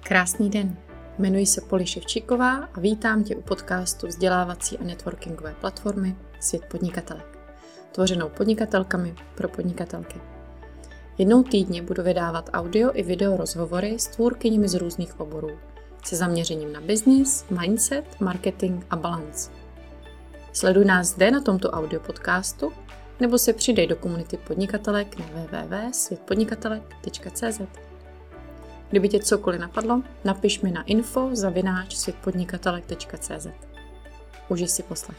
Krásný den, jmenuji se Poli Ševčíková a vítám tě u podcastu vzdělávací a networkingové platformy Svět podnikatelek, tvořenou podnikatelkami pro podnikatelky. Jednou týdně budu vydávat audio i video rozhovory s tvůrkyněmi z různých oborů, se zaměřením na business, mindset, marketing a balance. Sleduj nás zde na tomto audio podcastu nebo se přidej do komunity podnikatelek na www.světpodnikatelek.cz. Kdyby tě cokoliv napadlo, napiš mi na info@světpodnikatelek.cz. Užij si poslech.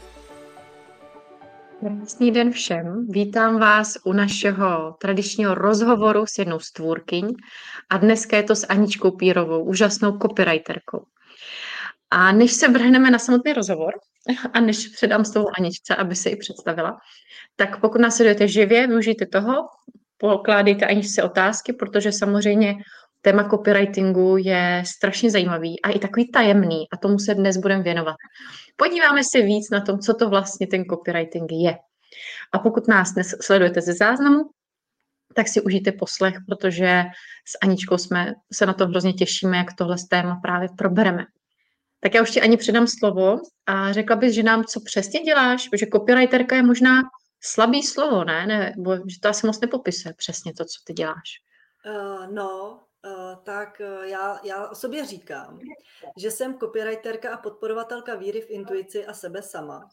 Krásný den všem, vítám vás u našeho tradičního rozhovoru s jednou z tvůrkyň a dneska je to s Aničkou Pírovou, úžasnou copywriterkou. A než se vrhneme na samotný rozhovor a než předám slovo Aničce, aby se ji představila, tak pokud nás sledujete živě, využijte toho, pokládejte Aničce otázky, protože samozřejmě téma copywritingu je strašně zajímavý a i takový tajemný a tomu se dnes budeme věnovat. Podíváme se víc na tom, co to vlastně ten copywriting je. A pokud nás dnes sledujete ze záznamu, tak si užijte poslech, protože s Aničkou se na to hrozně těšíme, jak tohle téma právě probereme. Tak já už ti ani předám slovo a řekla bys, že nám co přesně děláš, protože copywriterka je možná slabý slovo, ne? Nebo že to asi moc nepopisuje přesně to, co ty děláš. Já o sobě říkám, že jsem copywriterka a podporovatelka víry v intuici a sebe sama.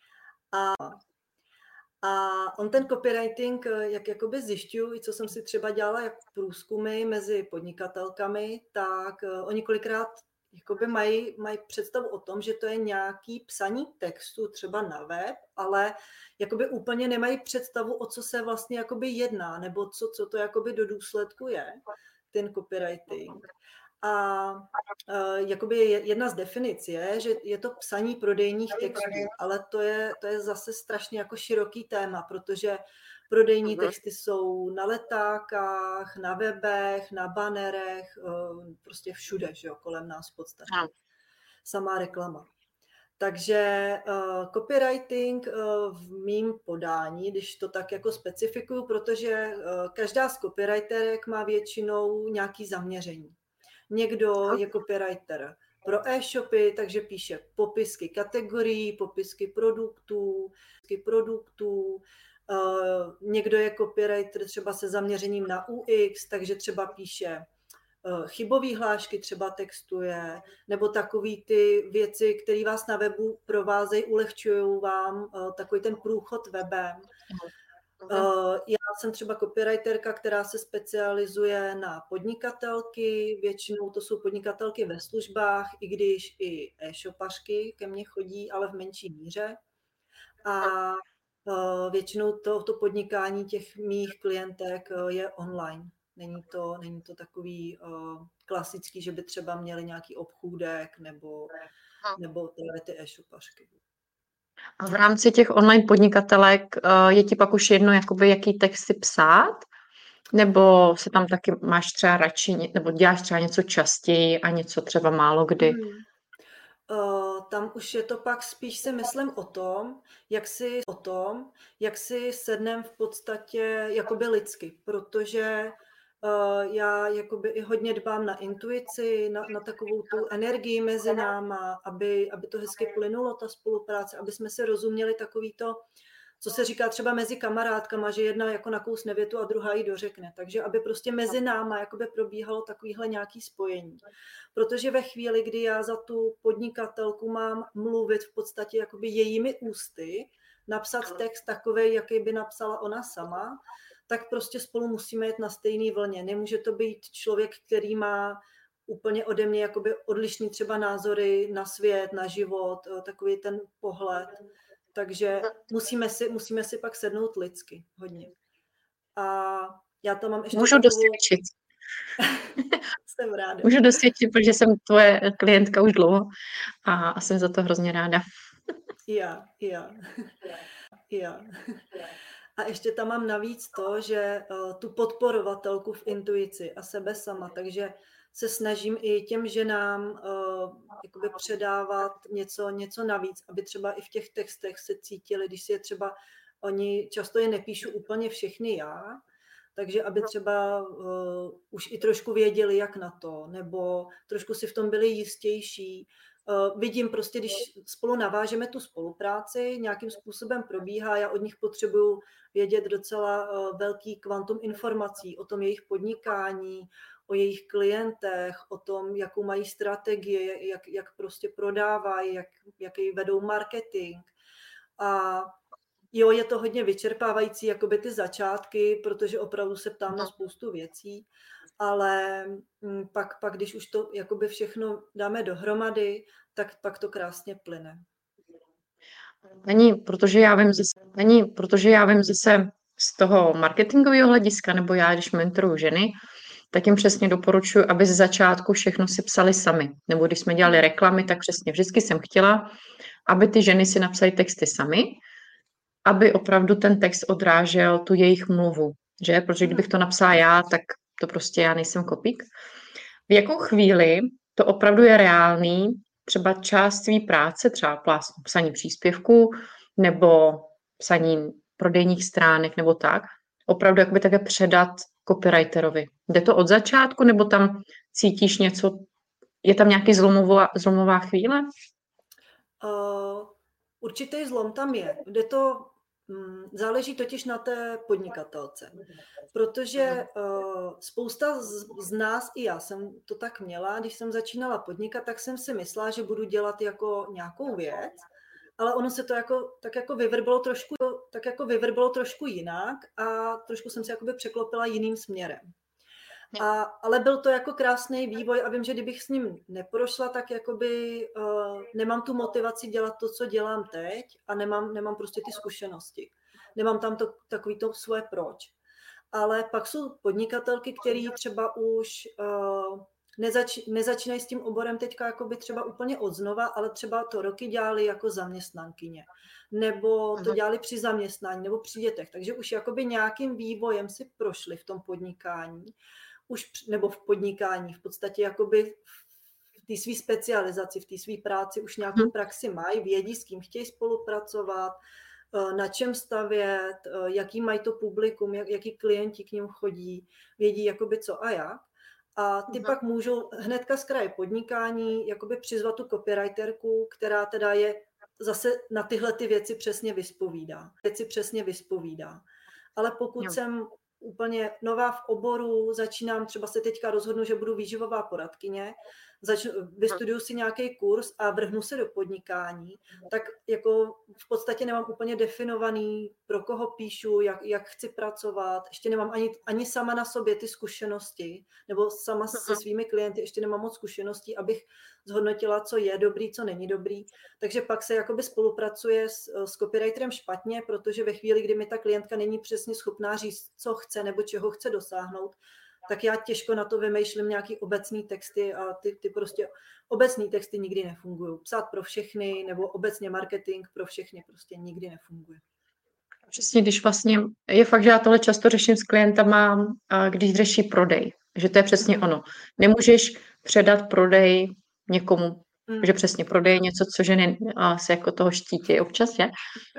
A on ten copywriting, jak jakoby zjišťuju, i co jsem si třeba dělala jak průzkumy mezi podnikatelkami, tak oni kolikrát jakoby mají představu o tom, že to je nějaký psaní textu třeba na web, ale jakoby úplně nemají představu, o co se vlastně jakoby jedná, nebo co to jakoby do důsledku je, ten copywriting. A jakoby jedna z definic je, že je to psaní prodejních textů, ale to je zase strašně jako široký téma, protože prodejní texty jsou na letákách, na webech, na banerech, prostě všude, že jo, kolem nás v podstatě. Samá reklama. Takže copywriting v mým podání, když to tak jako specifikuju, protože každá z copywriterek má většinou nějaký zaměření. Někdo je copywriter pro e-shopy, takže píše popisky kategorií, popisky produktů. Někdo je copywriter třeba se zaměřením na UX, takže třeba píše chybové hlášky, třeba textuje, nebo takový ty věci, které vás na webu provázejí, ulehčují vám takový ten průchod webem. Já jsem třeba copywriterka, která se specializuje na podnikatelky, většinou to jsou podnikatelky ve službách, i když i e-shopařky ke mně chodí, ale v menší míře. A většinou to podnikání těch mých klientek je online. Není to takový klasický, že by třeba měli nějaký obchůdek nebo ty e-shopařky. A v rámci těch online podnikatelek je ti pak už jedno, jakoby, jaký texty psát? Nebo se tam taky máš třeba radši, nebo děláš třeba něco častěji a něco třeba málo kdy? Tam už je to pak spíš si myslím o tom, jak si sednem v podstatě jakoby lidsky, protože já jakoby i hodně dbám na intuici, na takovou tu energii mezi náma, aby to hezky plynulo, ta spolupráce, aby jsme si rozuměli takový to, co se říká třeba mezi kamarádkama, že jedna jako nakousne větu a druhá ji dořekne. Takže aby prostě mezi náma jakoby probíhalo takovýhle nějaký spojení. Protože ve chvíli, kdy já za tu podnikatelku mám mluvit v podstatě jakoby jejími ústy, napsat text takovej, jaký by napsala ona sama, tak prostě spolu musíme jít na stejné vlně. Nemůže to být člověk, který má úplně ode mě jakoby odlišný třeba názory na svět, na život, takový ten pohled. Takže musíme si pak sednout lidsky hodně. A já to mám ještě Můžu dosvědčit. Jsem ráda. Můžu dosvědčit, protože jsem tvoje klientka už dlouho a jsem za to hrozně ráda. Já. A ještě tam mám navíc to, že tu podporovatelku v intuici a sebe sama, takže se snažím i těm ženám jakoby předávat něco navíc, aby třeba i v těch textech se cítili, když si je třeba, oni často je nepíšu úplně všechny já, Takže aby třeba už i trošku věděli, jak na to, nebo trošku si v tom byli jistější. Vidím prostě, když spolu navážeme tu spolupráci, nějakým způsobem probíhá, já od nich potřebuju vědět docela velký kvantum informací o tom jejich podnikání, o jejich klientech, o tom, jakou mají strategii, jak prostě prodávají, jaký vedou marketing. A jo, je to hodně vyčerpávající, jakoby ty začátky, protože opravdu se ptám na spoustu věcí, ale pak když už to jakoby všechno dáme dohromady, tak pak to krásně plyne. Není, protože já vím zase z toho marketingového hlediska, nebo já, když mentoruju ženy, tak jim přesně doporučuji, aby z začátku všechno si psali sami. Nebo když jsme dělali reklamy, tak přesně vždycky jsem chtěla, aby ty ženy si napsaly texty sami, aby opravdu ten text odrážel tu jejich mluvu, že? Protože kdybych to napsala já, tak to prostě já nejsem kopík. V jakou chvíli to opravdu je reálný, třeba část své práce, třeba psaní příspěvku nebo psaní prodejních stránek nebo tak, opravdu jakoby také předat copywriterovi. Jde to od začátku, nebo tam cítíš něco, je tam nějaký zlomová chvíle? Určitý zlom tam je. Záleží totiž na té podnikatelce. Protože spousta z nás, i já jsem to tak měla, když jsem začínala podnikat, tak jsem si myslela, že budu dělat jako nějakou věc, ale ono se to tak jako vyvrbilo trošku jinak a trošku jsem se jakoby překlopila jiným směrem. Ale byl to jako krásný vývoj a vím, že kdybych s ním neprošla, tak jakoby nemám tu motivaci dělat to, co dělám teď a nemám prostě ty zkušenosti. Nemám tam takový to svoje proč. Ale pak jsou podnikatelky, které třeba už nezačínají s tím oborem teďka jakoby třeba úplně odznova, ale třeba to roky dělali jako zaměstnankyně. Nebo to dělali při zaměstnání, nebo při dětech. Takže už jakoby nějakým vývojem si prošli v tom podnikání. Nebo v podnikání, v podstatě jakoby v té své specializaci, v té své práci už nějakou praxi mají, vědí, s kým chtějí spolupracovat, na čem stavět, jaký mají to publikum, jaký klienti k ním chodí, vědí jakoby co a jak. A ty pak můžou hnedka z kraje podnikání jakoby přizvat tu copywriterku, která teda je zase na tyhle ty věci přesně vyspovídá. Ale pokud jsem úplně nová v oboru, začínám, třeba se teďka rozhodnu, že budu výživová poradkyně, vystuduju si nějaký kurz a vrhnu se do podnikání, tak jako v podstatě nemám úplně definovaný, pro koho píšu, jak chci pracovat, ještě nemám ani sama na sobě ty zkušenosti, nebo sama se svými klienty ještě nemám moc zkušeností, abych zhodnotila, co je dobrý, co není dobrý. Takže pak se jakoby spolupracuje s copywriterem špatně, protože ve chvíli, kdy mi ta klientka není přesně schopná říct, co chce nebo čeho chce dosáhnout, tak já těžko na to vymýšlím nějaký obecný texty a ty prostě obecný texty nikdy nefungují. Psát pro všechny nebo obecně marketing pro všechny prostě nikdy nefunguje. Přesně, když vlastně, je fakt, že já tohle často řeším s klientama, když řeší prodej, že to je přesně ono. Nemůžeš předat prodej někomu, že přesně prodej je něco, co ženy se jako toho štítí občas, je?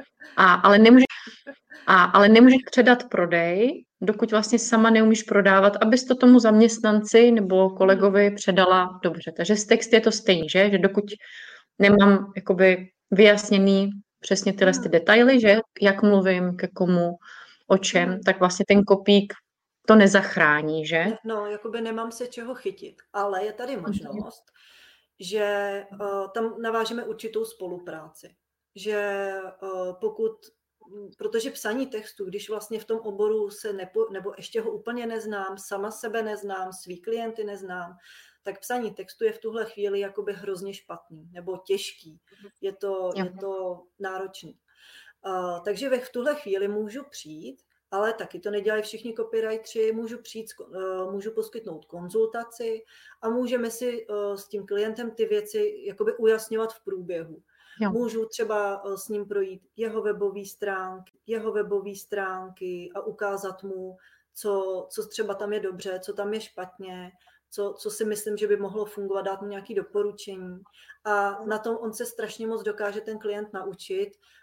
Ale nemůžeš předat prodej, dokud vlastně sama neumíš prodávat, abys to tomu zaměstnanci nebo kolegovi předala dobře. Takže z textu je to stejný, že dokud nemám jakoby vyjasněný přesně tyhle ty detaily, že jak mluvím, ke komu, o čem, tak vlastně ten kopík to nezachrání, že? No, jakoby nemám se čeho chytit, ale je tady možnost, že tam navážeme určitou spolupráci. Že protože psaní textu, když vlastně v tom oboru nebo ještě ho úplně neznám, sama sebe neznám, svý klienty neznám, tak psaní textu je v tuhle chvíli jakoby hrozně špatný nebo těžký. Je to náročný. Takže v tuhle chvíli můžu přijít, ale taky to nedělají všichni copywriteri, můžu poskytnout konzultaci a můžeme si s tím klientem ty věci jakoby ujasňovat v průběhu. Můžu třeba s ním projít jeho webové stránky a ukázat mu, co třeba tam je dobře, co tam je špatně, co si myslím, že by mohlo fungovat, dát mu nějaké doporučení. A na tom on se strašně moc dokáže ten klient naučit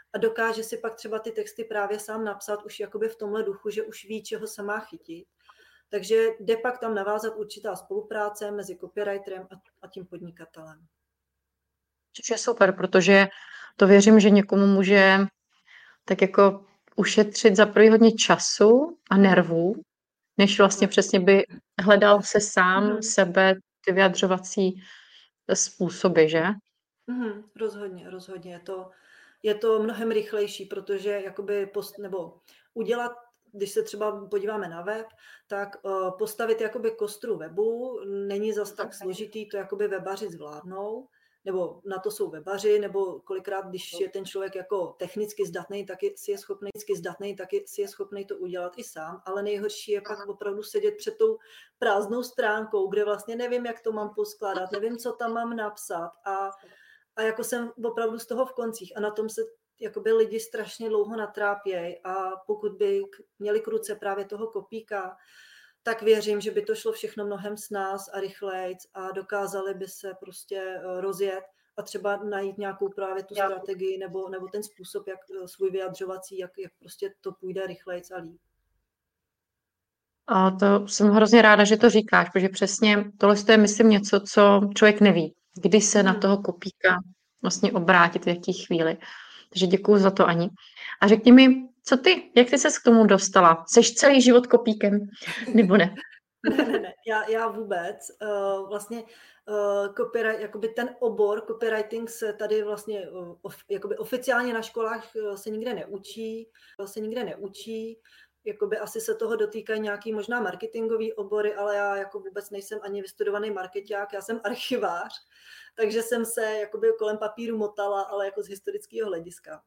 a dokáže si pak třeba ty texty právě sám napsat už jakoby v tomhle duchu, že už ví, čeho se má chytit. Takže jde pak tam navázat určitá spolupráce mezi copywriterem a tím podnikatelem. Což je super, protože to věřím, že někomu může tak jako ušetřit za prvý hodně času a nervů, než vlastně přesně by hledal se sám sebe ty vyjadřovací způsoby, že? Rozhodně. Je to mnohem rychlejší, protože jakoby nebo udělat, když se třeba podíváme na web, tak postavit jakoby kostru webu není zas tak složitý, to jakoby webaři zvládnou, nebo na to jsou webaři, nebo kolikrát, když je ten člověk jako technicky zdatný, tak si je schopný to udělat i sám, ale nejhorší je pak opravdu sedět před tou prázdnou stránkou, kde vlastně nevím, jak to mám poskládat, nevím, co tam mám napsat a jako jsem opravdu z toho v koncích a na tom se jakoby lidi strašně dlouho natrápějí a pokud by měli k ruce právě toho kopíka, tak věřím, že by to šlo všechno mnohem snáz a rychlejc a dokázali by se prostě rozjet a třeba najít nějakou právě tu strategii nebo ten způsob, jak svůj vyjadřovací, jak prostě to půjde rychlejc a líp. A to jsem hrozně ráda, že to říkáš, protože přesně tohle je, myslím, něco, co člověk neví, kdy se na toho kopíka vlastně obrátit, v jaký chvíli. Takže děkuju za to, Ani. A řekni mi, co ty, jak ty ses k tomu dostala? Seš celý život kopíkem, nebo ne? Ne, já vůbec. Vlastně jakoby ten obor copywriting se tady vlastně jakoby oficiálně na školách se nikde neučí. Jakoby asi se toho dotýkají nějaký možná marketingový obory, ale já jako vůbec nejsem ani vystudovaný markeťák, já jsem archivář, takže jsem se jakoby kolem papíru motala, ale jako z historického hlediska.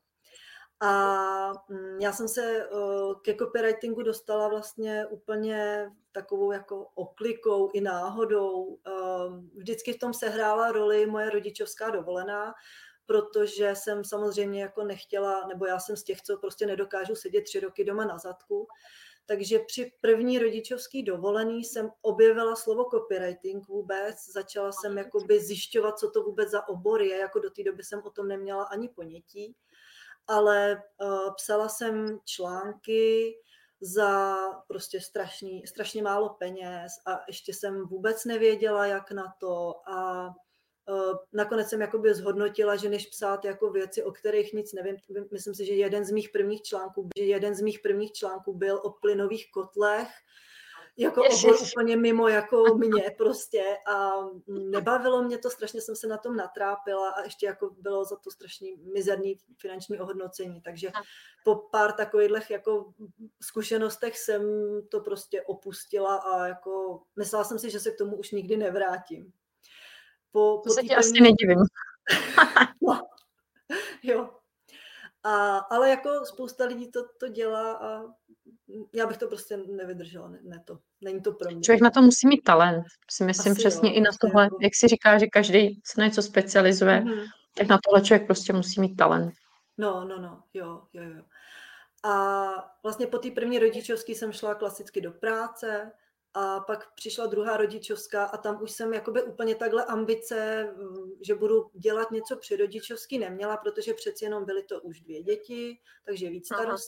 A já jsem se ke copywritingu dostala vlastně úplně takovou jako oklikou i náhodou. Vždycky v tom sehrála roli moje rodičovská dovolená, protože jsem samozřejmě jako nechtěla, nebo já jsem z těch, co prostě nedokážu sedět 3 roky doma na zadku. Takže při první rodičovský dovolený jsem objevila slovo copywriting vůbec, začala jsem jakoby zjišťovat, co to vůbec za obor je, jako do té doby jsem o tom neměla ani ponětí. Ale psala jsem články za prostě strašně málo peněz a ještě jsem vůbec nevěděla, jak na to a nakonec jsem jakoby zhodnotila, že než psát jako věci, o kterých nic nevím, myslím si, že jeden z mých prvních článků byl o plynových kotlech, jako obor úplně mimo jako mě prostě a nebavilo mě to, strašně jsem se na tom natrápila a ještě jako bylo za to strašně mizerný finanční ohodnocení, takže po pár takových jako zkušenostech jsem to prostě opustila a jako myslela jsem si, že se k tomu už nikdy nevrátím. To se ti asi nedivím. No, jo. Ale jako spousta lidí to dělá a já bych to prostě nevydržela, není to pro mě. Člověk na to musí mít talent, si myslím přesně i na tohle, jako... jak si říká, že každý se na něco specializuje, tak na tohle člověk prostě musí mít talent. No, jo. A vlastně po té první rodičovské jsem šla klasicky do práce a pak přišla druhá rodičovská a tam už jsem jakoby úplně takhle ambice, že budu dělat něco při rodičovský neměla, protože přeci jenom byly to už 2 děti, takže víc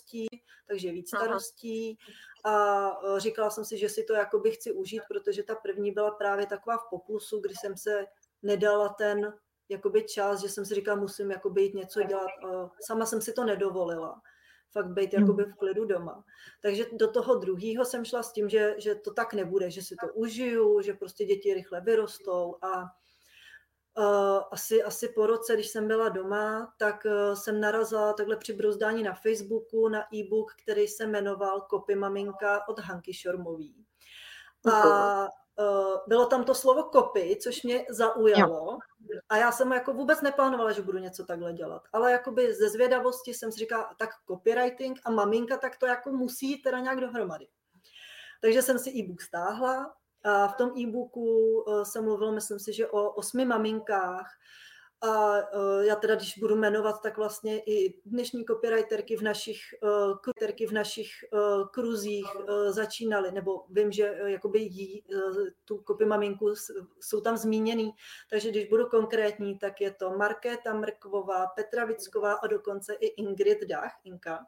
starostí a říkala jsem si, že si to jakoby chci užít, protože ta první byla právě taková v poklusu, kdy jsem se nedala ten jakoby čas, že jsem si říkala, musím jakoby jít něco dělat. Sama jsem si to nedovolila. Fakt být jakoby v klidu doma. Takže do toho druhého jsem šla s tím, že to tak nebude, že si to užiju, že prostě děti rychle vyrostou a asi po roce, když jsem byla doma, tak jsem narazila takhle při brouzdání na Facebooku na e-book, který se jmenoval Copy maminka od Hanky Šormový. A bylo tam to slovo copy, což mě zaujalo a já jsem jako vůbec neplánovala, že budu něco takhle dělat, ale jakoby ze zvědavosti jsem si říkala, tak copywriting a maminka, tak to jako musí jít teda nějak dohromady. Takže jsem si e-book stáhla a v tom e-booku jsem mluvila, myslím si, že o 8 maminkách A já teda, když budu jmenovat, tak vlastně i dnešní copywriterky v našich kruzích začínaly, nebo vím, že jakoby tu copy maminku jsou tam zmíněný, takže když budu konkrétní, tak je to Markéta Mrkvová, Petra Vicková a dokonce i Ingrid Dach, Inka.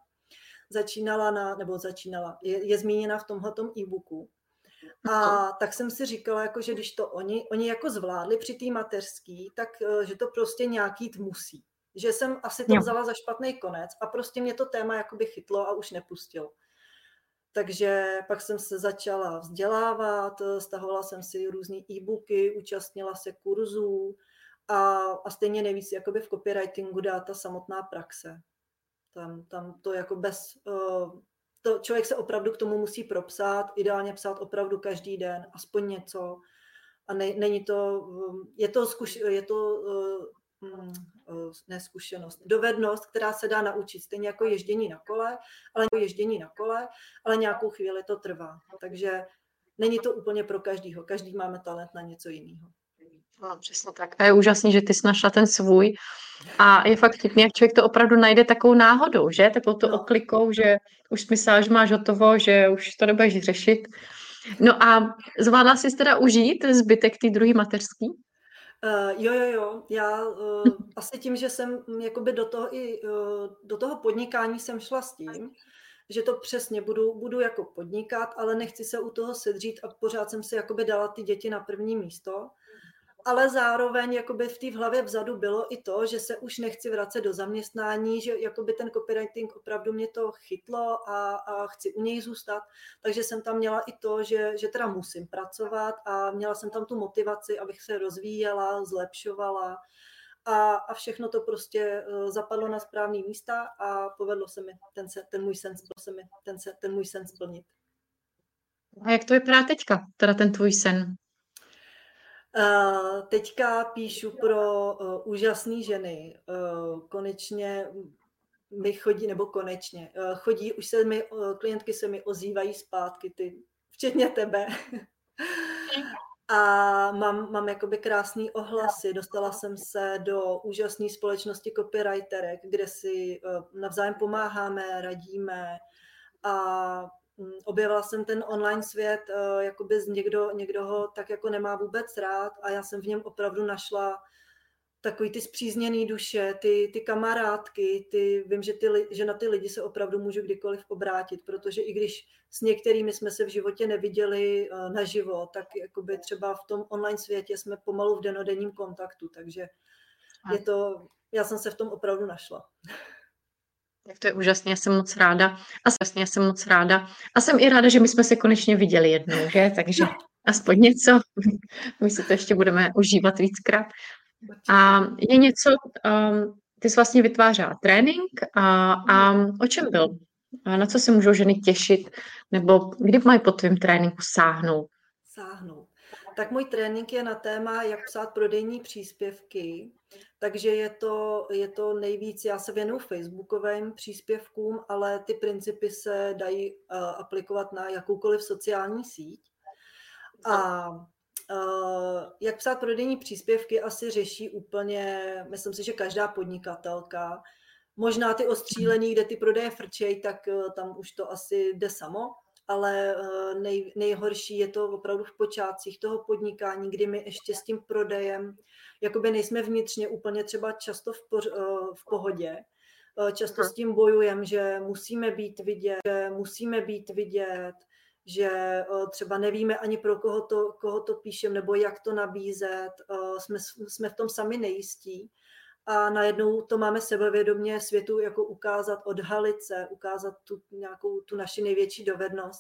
Je zmíněna v tomhletom e-booku. A tak jsem si říkala, jako, že když to oni jako zvládli při té mateřský, tak že to prostě nějak jít musí. Že jsem asi to vzala za špatný konec a prostě mě to téma jakoby chytlo a už nepustilo. Takže pak jsem se začala vzdělávat, stahovala jsem si různé e-booky, účastnila se kurzů a stejně nejvíc jakoby v copywritingu dá ta samotná praxe. Tam to jako to člověk se opravdu k tomu musí propsat, ideálně psát opravdu každý den, aspoň něco. A není to, zkušenost, dovednost, která se dá naučit, stejně jako ježdění na kole, ale nějakou chvíli to trvá. Takže není to úplně pro každýho. Každý máme talent na něco jiného. No, přesně tak. A je úžasný, že ty jsi našla ten svůj. A je fakt vtipný, jak člověk to opravdu najde takovou náhodou, že? Takovou to oklikou, že už jsi myslela, že máš hotovo, že už to nebudeš řešit. No a zvládla jsi teda užít zbytek té druhé mateřský? Jo. Já asi tím, že jsem jakoby do toho podnikání jsem šla s tím, že to přesně budu jako podnikat, ale nechci se u toho sedřít a pořád jsem si jakoby dala ty děti na první místo. Ale zároveň jakoby v té hlavě vzadu bylo i to, že se už nechci vracet do zaměstnání, že jakoby ten copywriting opravdu mě to chytlo a chci u něj zůstat. Takže jsem tam měla i to, že teda musím pracovat a měla jsem tam tu motivaci, abych se rozvíjela, zlepšovala a všechno to prostě zapadlo na správný místa a povedlo se mi ten můj sen splnit. A jak to vypadá teďka, teda ten tvůj sen? Teďka píšu pro úžasné ženy. Konečně mi chodí, klientky se mi ozývají zpátky, včetně tebe. A mám jakoby krásný ohlasy. Dostala jsem se do úžasné společnosti copywriterek, kde si navzájem pomáháme, radíme a objevila jsem ten online svět, jakoby někdo ho tak jako nemá vůbec rád a já jsem v něm opravdu našla takový ty spřízněný duše, ty kamarádky, vím, že na ty lidi se opravdu můžu kdykoliv obrátit, protože i když s některými jsme se v životě neviděli naživo, tak jakoby třeba v tom online světě jsme pomalu v dennodenním kontaktu, takže já jsem se v tom opravdu našla. Tak to je úžasně, já jsem moc ráda. A jsem i ráda, že my jsme se konečně viděli jednou, že? Takže aspoň něco. My si to ještě budeme užívat víckrát. A je něco, ty jsi vlastně vytvářela trénink a o čem byl? A na co se můžou ženy těšit? Nebo kdy mají po tvém tréninku sáhnout? Tak můj trénink je na téma, jak psát prodejní příspěvky, takže je to nejvíc, já se věnuju facebookovým příspěvkům, ale ty principy se dají aplikovat na jakoukoliv sociální síť. A jak psát prodejní příspěvky asi řeší úplně, myslím si, že každá podnikatelka. Možná ty ostřílení, kde ty prodeje frčej, tak tam už to asi jde samo, ale nejhorší je to opravdu v počátcích toho podnikání, kdy my ještě s tím prodejem jakoby nejsme vnitřně úplně třeba často v pohodě. Často s tím bojujeme, že musíme být vidět, že třeba nevíme ani pro koho to píšem nebo jak to nabízet, jsme v tom sami nejistí a najednou to máme sebevědomě světu jako ukázat, odhalit se, ukázat tu naši největší dovednost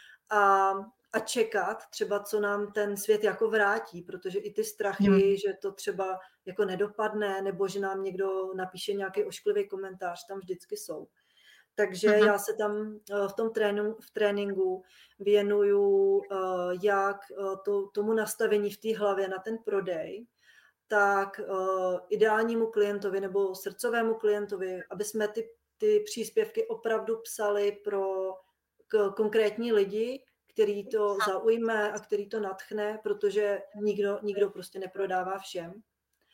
a čekat třeba, co nám ten svět jako vrátí, protože i ty strachy, že to třeba jako nedopadne nebo že nám někdo napíše nějaký ošklivý komentář, tam vždycky jsou. Takže já se tam v tréninku věnuju jak tomu nastavení v té hlavě na ten prodej, tak ideálnímu klientovi nebo srdcovému klientovi, aby jsme ty příspěvky opravdu psali pro konkrétní lidi, který to zaujme a který to nadchne, protože nikdo prostě neprodává všem.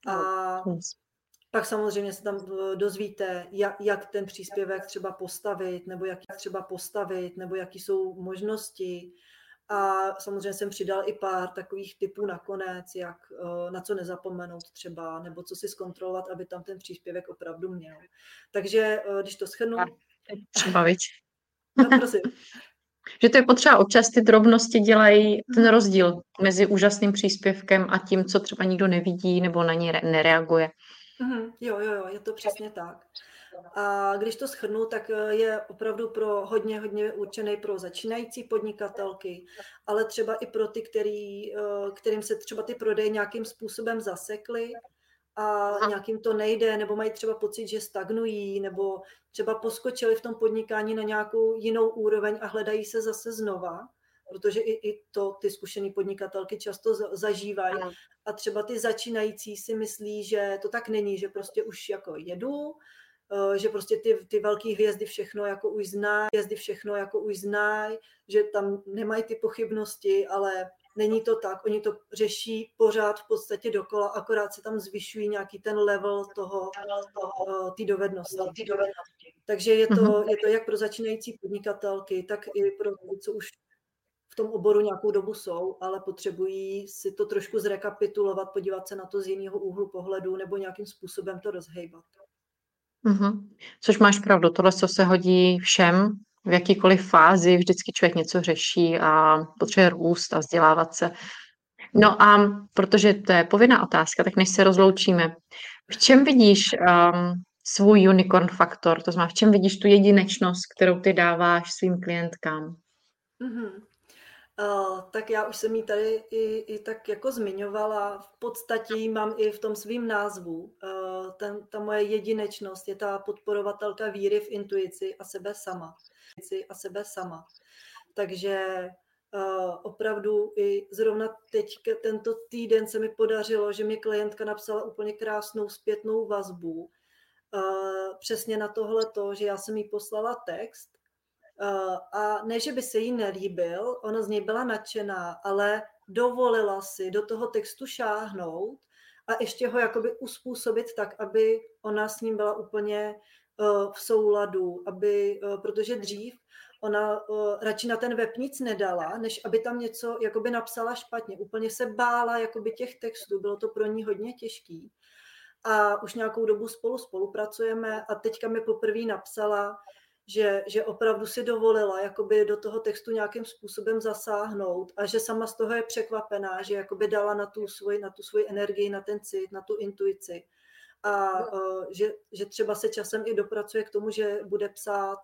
A pak samozřejmě se tam dozvíte, jak ten příspěvek třeba postavit, nebo jaký jsou možnosti. A samozřejmě jsem přidal i pár takových typů nakonec, jak na co nezapomenout třeba, nebo co si zkontrolovat, aby tam ten příspěvek opravdu měl. Takže když to shrnu... Třeba, viď? No, prosím. Že to je potřeba občas, ty drobnosti dělají ten rozdíl mezi úžasným příspěvkem a tím, co třeba nikdo nevidí nebo na ně nereaguje. Jo, je to přesně tak. A když to shrnu, tak je opravdu pro hodně určený pro začínající podnikatelky, ale třeba i pro ty, kterým se třeba ty prodeje nějakým způsobem zasekly a nějakým to nejde, nebo mají třeba pocit, že stagnují, nebo třeba poskočili v tom podnikání na nějakou jinou úroveň a hledají se zase znova, protože i to ty zkušené podnikatelky často zažívají. A třeba ty začínající si myslí, že to tak není, že prostě už jako jedu, že prostě ty velké hvězdy všechno jako už znají, že tam nemají ty pochybnosti, ale není to tak. Oni to řeší pořád v podstatě dokola, akorát se tam zvyšují nějaký ten level té dovednosti. Takže je to jak pro začínající podnikatelky, tak i pro ty, co už v tom oboru nějakou dobu jsou, ale potřebují si to trošku zrekapitulovat, podívat se na to z jiného úhlu pohledu nebo nějakým způsobem to rozhejbat. Což máš pravdu, tohle se hodí všem, v jakýkoliv fázi, vždycky člověk něco řeší a potřebuje růst a vzdělávat se. No a protože to je povinná otázka, tak než se rozloučíme, v čem vidíš svůj unicorn faktor, to znamená, v čem vidíš tu jedinečnost, kterou ty dáváš svým klientkám? Tak já už jsem ji tady i tak jako zmiňovala. V podstatě mám i v tom svým názvu. Ta moje jedinečnost je ta podporovatelka víry v intuici a sebe sama. Takže opravdu i zrovna teď tento týden se mi podařilo, že mi klientka napsala úplně krásnou zpětnou vazbu. Přesně na tohleto, že já jsem jí poslala text, a ne, že by se jí nelíbil, ona z něj byla nadšená, ale dovolila si do toho textu šáhnout a ještě ho jakoby uspůsobit tak, aby ona s ním byla úplně v souladu, protože dřív ona radši na ten web nic nedala, než aby tam něco jakoby napsala špatně. Úplně se bála jakoby těch textů, bylo to pro ní hodně těžký. A už nějakou dobu spolupracujeme a teďka mi poprvé napsala, že opravdu si dovolila jakoby do toho textu nějakým způsobem zasáhnout a že sama z toho je překvapená, že jakoby dala na tu svoji energii, na ten cit, na tu intuici. A že třeba se časem i dopracuje k tomu, že bude psát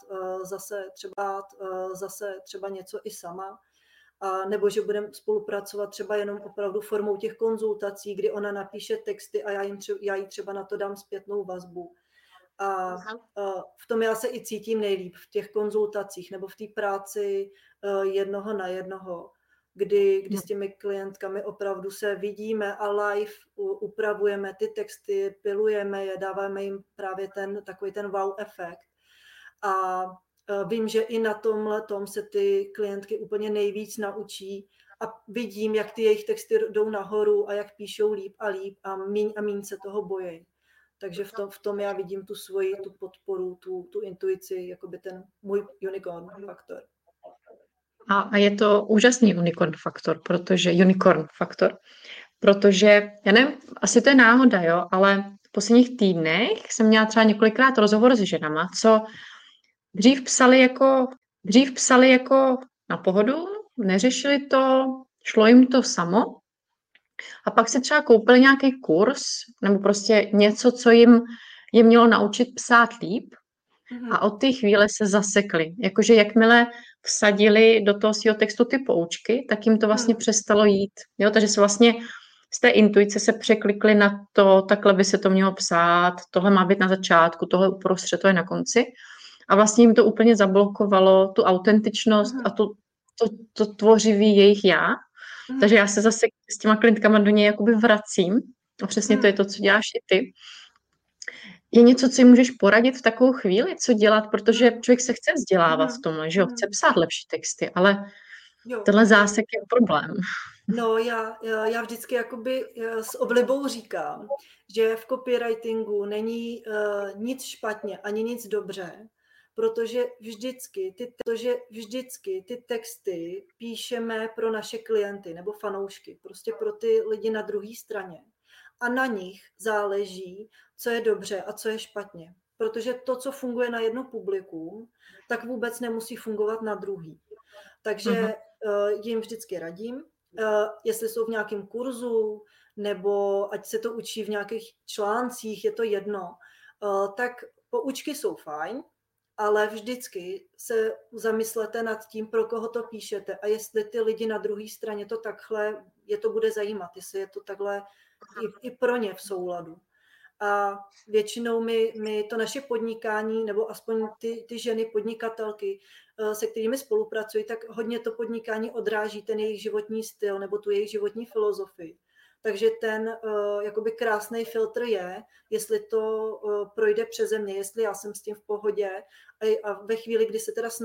zase třeba něco i sama, a nebo že budeme spolupracovat třeba jenom opravdu formou těch konzultací, kdy ona napíše texty a já jí třeba na to dám zpětnou vazbu. A v tom já se i cítím nejlíp, v těch konzultacích nebo v té práci jednoho na jednoho, kdy s těmi klientkami opravdu se vidíme a live upravujeme ty texty, pilujeme je, dáváme jim právě takový ten wow efekt. A vím, že i na tomhletom se ty klientky úplně nejvíc naučí a vidím, jak ty jejich texty jdou nahoru a jak píšou líp a míň se toho bojí. Takže v tom já vidím tu podporu, tu intuici, jakoby ten můj unicorn faktor. A je to úžasný unicorn faktor, protože, já nevím, asi to je náhoda, jo, ale v posledních týdnech jsem měla třeba několikrát rozhovor s ženama, co dřív psali jako na pohodu, neřešili to, šlo jim to samo, a pak si třeba koupili nějaký kurz nebo prostě něco, co jim mělo naučit psát líp a od té chvíle se zasekli. Jakože jakmile vsadili do toho svého textu ty poučky, tak jim to vlastně přestalo jít. Jo? Takže se vlastně z té intuice se překlikli na to, takhle by se to mělo psát, tohle má být na začátku, tohle uprostřed, to je na konci. A vlastně jim to úplně zablokovalo tu autentičnost a to tvořivý jejich já. Takže já se zase s těma klientkama do něj jakoby vracím. A přesně to je to, co děláš i ty. Je něco, co jim můžeš poradit v takovou chvíli, co dělat, protože člověk se chce vzdělávat v tomhle, že jo, chce psát lepší texty, ale tenhle zásek je problém. No, já vždycky jakoby s oblibou říkám, že v copywritingu není nic špatně ani nic dobře, protože vždycky ty texty píšeme pro naše klienty nebo fanoušky, prostě pro ty lidi na druhé straně. A na nich záleží, co je dobře a co je špatně. Protože to, co funguje na jedno publikum, tak vůbec nemusí fungovat na druhý. Takže jim vždycky radím, jestli jsou v nějakém kurzu, nebo ať se to učí v nějakých článcích, je to jedno, tak poučky jsou fajn, ale vždycky se zamyslete nad tím, pro koho to píšete a jestli ty lidi na druhé straně to takhle, je to bude zajímat, jestli je to takhle i pro ně v souladu. A většinou my to naše podnikání, nebo aspoň ty ženy podnikatelky, se kterými spolupracují, tak hodně to podnikání odráží ten jejich životní styl nebo tu jejich životní filozofii. Takže ten jakoby krásný filtr je, jestli to projde přeze mě, jestli já jsem s tím v pohodě a ve chvíli, kdy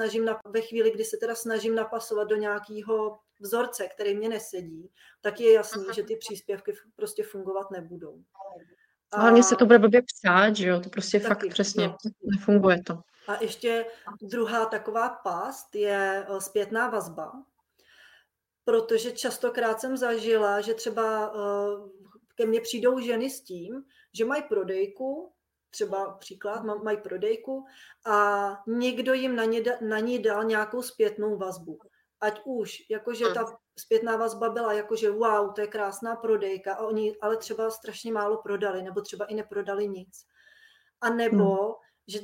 se teda snažím napasovat do nějakého vzorce, který mě nesedí, tak je jasný, že ty příspěvky prostě fungovat nebudou. Hlavně se to bude blbě psát, že jo, to prostě taky, fakt přesně nefunguje to. A ještě druhá taková past je zpětná vazba, protože častokrát jsem zažila, že třeba ke mně přijdou ženy s tím, že mají prodejku, třeba příklad, mají prodejku a někdo jim na ní dal nějakou zpětnou vazbu. Ať už, jakože ta zpětná vazba byla jakože wow, to je krásná prodejka a oni ale třeba strašně málo prodali, nebo třeba i neprodali nic. A nebo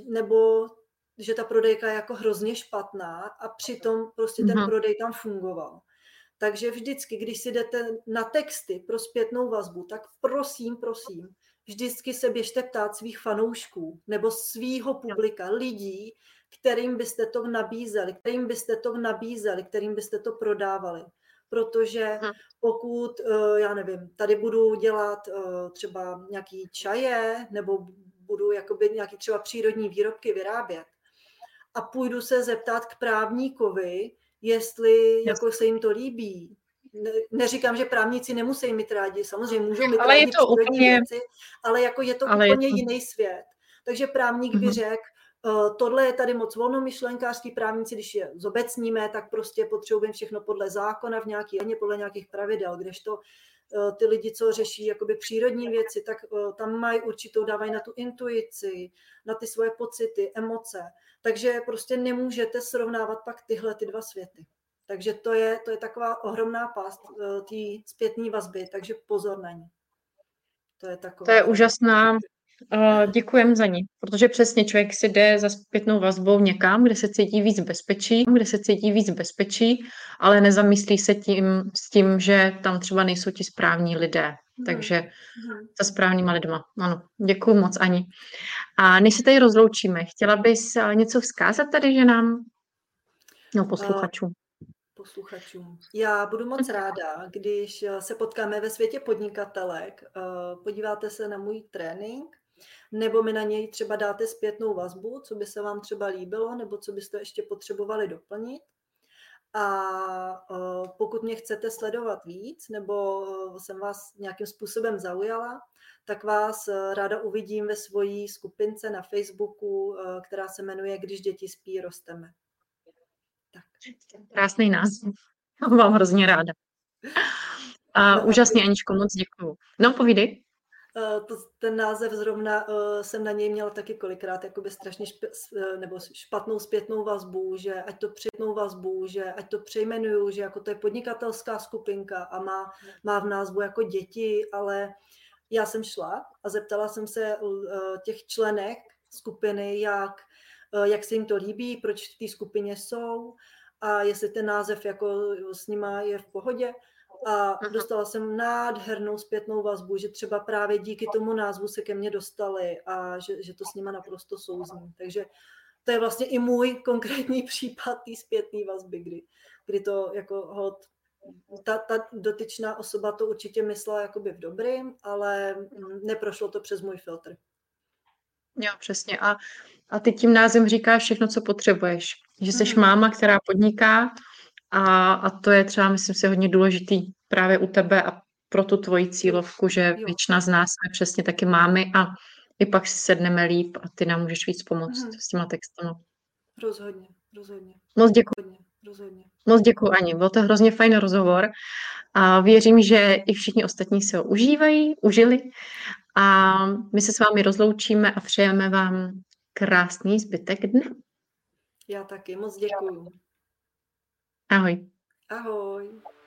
že ta prodejka je jako hrozně špatná a přitom prostě ten prodej tam fungoval. Takže vždycky, když si jdete na texty pro zpětnou vazbu, tak prosím, vždycky se běžte ptát svých fanoušků nebo svýho publika, lidí, kterým byste to nabízeli, kterým byste to prodávali. Protože pokud, já nevím, tady budu dělat třeba nějaký čaje nebo budu jakoby nějaký třeba přírodní výrobky vyrábět a půjdu se zeptat k právníkovi, jestli jako se jim to líbí. Neříkám, že právníci nemusí mít rádi, samozřejmě můžou mít rádi přírodní věci, ale jako je to úplně jiný svět. Takže právník by řekl, tohle je tady moc volnomyšlenkářský právníci, když je zobecníme, tak prostě potřebujeme všechno podle zákona podle nějakých pravidel, kdežto ty lidi, co řeší jakoby přírodní věci, tak tam mají určitou, dávají na tu intuici, na ty svoje pocity, emoce. Takže prostě nemůžete srovnávat pak tyhle ty dva světy. Takže to je taková ohromná past té zpětné vazby, takže pozor na ní. To je úžasná. Děkujem za ní, protože přesně člověk si jde za zpětnou vazbou někam, kde se cítí víc bezpečí, ale nezamyslí se s tím, že tam třeba nejsou ti správní lidé. Takže za správnýma lidma. Ano, děkuju moc, Ani. A než se tady rozloučíme, chtěla bys něco vzkázat tady ženám? No, posluchačům. Já budu moc ráda, když se potkáme ve světě podnikatelek, podíváte se na můj trénink, nebo mi na něj třeba dáte zpětnou vazbu, co by se vám třeba líbilo, nebo co byste ještě potřebovali doplnit. A pokud mě chcete sledovat víc, nebo jsem vás nějakým způsobem zaujala, tak vás ráda uvidím ve svojí skupince na Facebooku, která se jmenuje Když děti spí, rosteme. Tak. Krásný název. Mám hrozně ráda. Úžasně, Aničko, moc děkuju. No, povídej. Ten název zrovna jsem na něj měla taky kolikrát jakoby strašně nebo špatnou zpětnou vazbu, že ať to přejmenuju, že jako to je podnikatelská skupinka a má v názvu jako děti, ale já jsem šla a zeptala jsem se těch členek skupiny, jak se jim to líbí, proč v té skupině jsou a jestli ten název jako s nima je v pohodě. A dostala jsem nádhernou zpětnou vazbu, že třeba právě díky tomu názvu se ke mně dostali a že to s nima naprosto souzní. Takže to je vlastně i můj konkrétní případ té zpětné vazby, kdy to jako ta dotyčná osoba to určitě myslela jakoby v dobrým, ale neprošlo to přes můj filtr. Jo, přesně. A ty tím názvem říkáš všechno, co potřebuješ. Že jsi máma, která podniká a to je třeba, myslím si, hodně důležitý právě u tebe a pro tu tvoji cílovku, že Jo. většina z nás jsme přesně taky mámy a i pak si sedneme líp a ty nám můžeš víc pomoct s těma textama. Rozhodně. Moc děkuji, Ani. Byl to hrozně fajn rozhovor a věřím, že i všichni ostatní si ho užili a my se s vámi rozloučíme a přejeme vám krásný zbytek dne. Já taky, moc děkuju. Ahoj. Ahoj.